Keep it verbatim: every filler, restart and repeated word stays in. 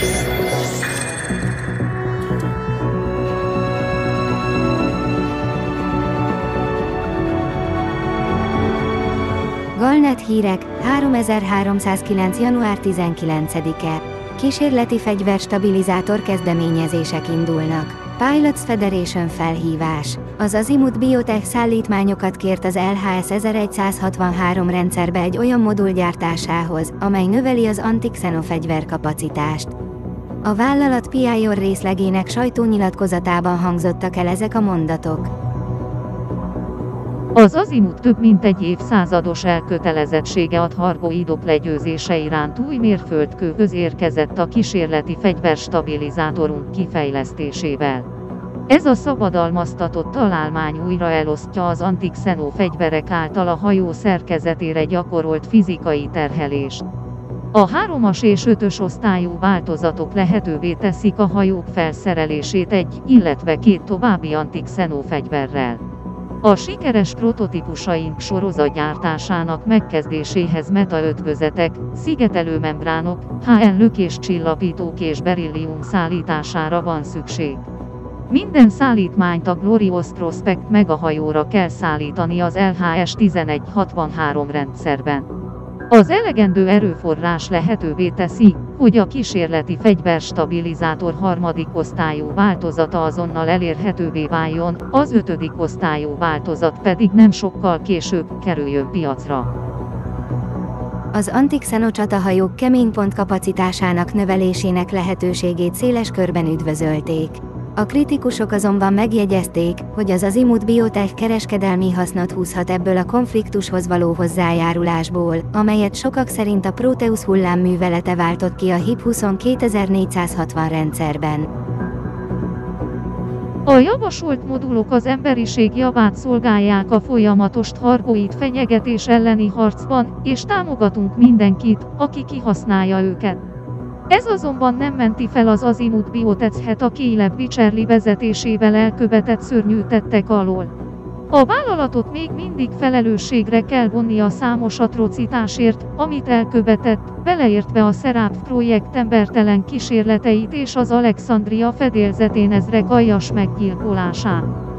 Galnet hírek, háromezer-háromszázkilenc. január tizenkilencedike. Kísérleti fegyverstabilizátor kezdeményezések indulnak. Pilots Federation felhívás. Az Azimuth Biotech szállítmányokat kért az L H S ezeregyszázhatvanhárom rendszerbe egy olyan modul gyártásához, amely növeli az anti-xenofegyver kapacitást. A vállalat P I R részlegének sajtónyilatkozatában hangzottak el ezek a mondatok. Az Azimuth több mint egy évszázados elkötelezettsége a thargoidok legyőzése iránt új mérföldkőhöz érkezett a kísérleti fegyverstabilizátorunk kifejlesztésével. Ez a szabadalmaztatott találmány újra elosztja az anti-xeno fegyverek által a hajó szerkezetére gyakorolt fizikai terhelést. A hármas és ötös osztályú változatok lehetővé teszik a hajók felszerelését egy, illetve két további anti-xeno fegyverrel. A sikeres prototípusaink sorozatgyártásának megkezdéséhez metaötvözetek, szigetelőmembránok, H N lökéscsillapítók és berillium szállítására van szükség. Minden szállítmányt a Glorious Prospect megahajóra kell szállítani az L H S ezerszázhatvanhárom rendszerben. Az elegendő erőforrás lehetővé teszi, hogy a kísérleti fegyverstabilizátor harmadik osztályú változata azonnal elérhetővé váljon, az ötödik osztályú változat pedig nem sokkal később kerüljön piacra. Az anti-xeno csatahajók kemény pont kapacitásának növelésének lehetőségét széles körben üdvözölték. A kritikusok azonban megjegyezték, hogy az Azimuth Biotech kereskedelmi hasznot húzhat ebből a konfliktushoz való hozzájárulásból, amelyet sokak szerint a Proteus hullámművelete váltott ki a H I P huszonkétezer-négyszázhatvan rendszerben. A javasolt modulok az emberiség javát szolgálják a folyamatos thargoid fenyegetés elleni harcban, és támogatunk mindenkit, aki kihasználja őket. Ez azonban nem menti fel az Azimuth Biotech-et a Caleb Wycherley vezetésével elkövetett szörnyű tettek alól. A vállalatot még mindig felelősségre kell vonni a számos atrocitásért, amit elkövetett, beleértve a Seraph projekt embertelen kísérleteit és az Alexandria fedélzetén ezrek aljas meggyilkolását.